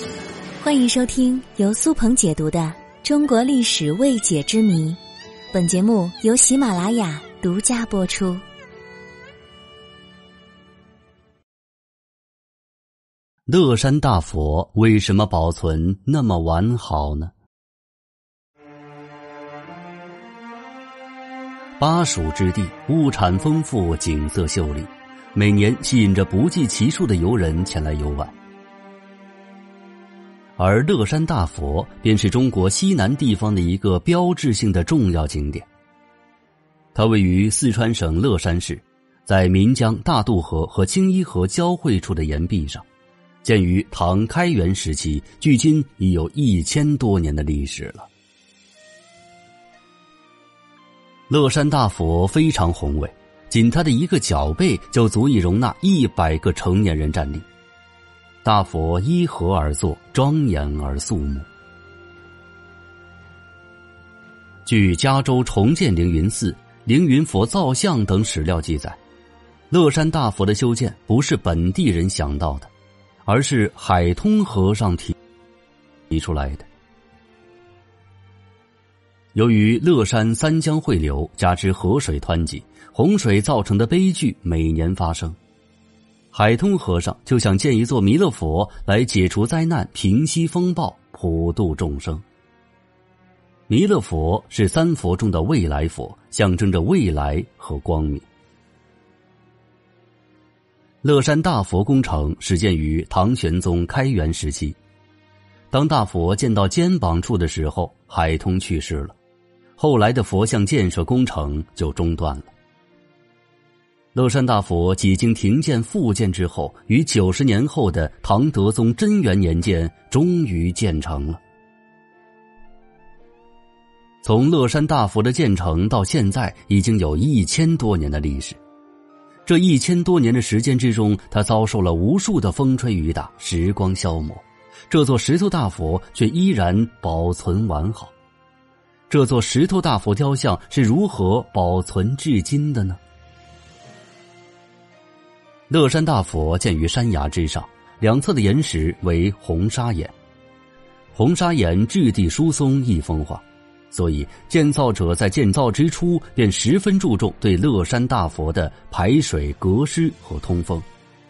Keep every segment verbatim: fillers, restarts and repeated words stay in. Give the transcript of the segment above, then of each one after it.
欢迎收听由苏鹏解读的《中国历史未解之谜》，本节目由喜马拉雅独家播出。 乐山大佛为什么保存那么完好呢？巴蜀之地物产丰富，景色秀丽，每年吸引着不计其数的游人前来游玩。而乐山大佛便是中国西南地方的一个标志性的重要景点。它位于四川省乐山市，在岷江大渡河和青衣河交汇处的岩壁上，建于唐开元时期，距今已有一千多年的历史了。乐山大佛非常宏伟，仅它的一个脚背就足以容纳一百个成年人站立。大佛依河而坐，庄严而肃穆。据加州重建凌云寺、凌云佛造像等史料记载，乐山大佛的修建不是本地人想到的，而是海通和尚提提出来的。由于乐山三江汇流，加之河水湍急，洪水造成的悲剧每年发生。海通和尚就想建一座弥勒佛来解除灾难，平息风暴，普度众生。弥勒佛是三佛中的未来佛，象征着未来和光明。乐山大佛工程始建于唐玄宗开元时期，当大佛建到肩膀处的时候，海通去世了，后来的佛像建设工程就中断了。乐山大佛几经停建复建之后，于九十年后的唐德宗贞元年间终于建成了。从乐山大佛的建成到现在，已经有一千多年的历史。这一千多年的时间之中，它遭受了无数的风吹雨打，时光消磨，这座石头大佛却依然保存完好。这座石头大佛雕像是如何保存至今的呢？乐山大佛建于山崖之上，两侧的岩石为红砂岩。红砂岩质地疏松易风化，所以建造者在建造之初便十分注重对乐山大佛的排水、隔湿和通风。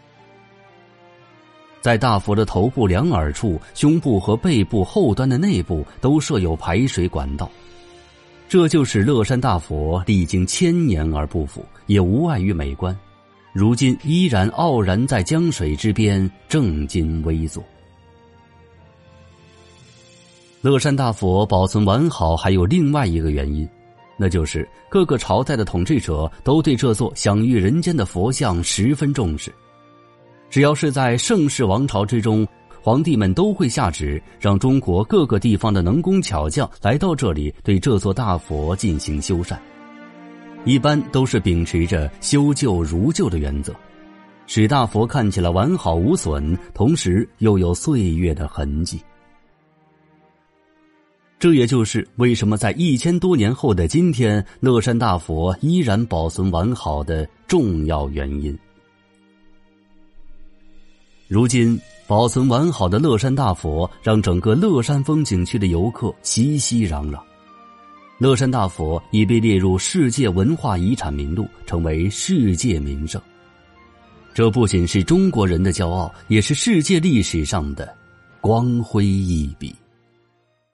在大佛的头部两耳处、胸部和背部后端的内部都设有排水管道，这就使乐山大佛历经千年而不腐，也无碍于美观，如今依然傲然在江水之边，正襟危坐。乐山大佛保存完好还有另外一个原因，那就是各个朝代的统治者都对这座享誉人间的佛像十分重视。只要是在盛世王朝之中，皇帝们都会下旨让中国各个地方的能工巧匠来到这里，对这座大佛进行修缮。一般都是秉持着修旧如旧的原则，使大佛看起来完好无损，同时又有岁月的痕迹。这也就是为什么在一千多年后的今天，乐山大佛依然保存完好的重要原因。如今保存完好的乐山大佛让整个乐山风景区的游客熙熙攘攘。乐山大佛已被列入世界文化遗产名录，成为世界名胜。这不仅是中国人的骄傲，也是世界历史上的光辉一笔。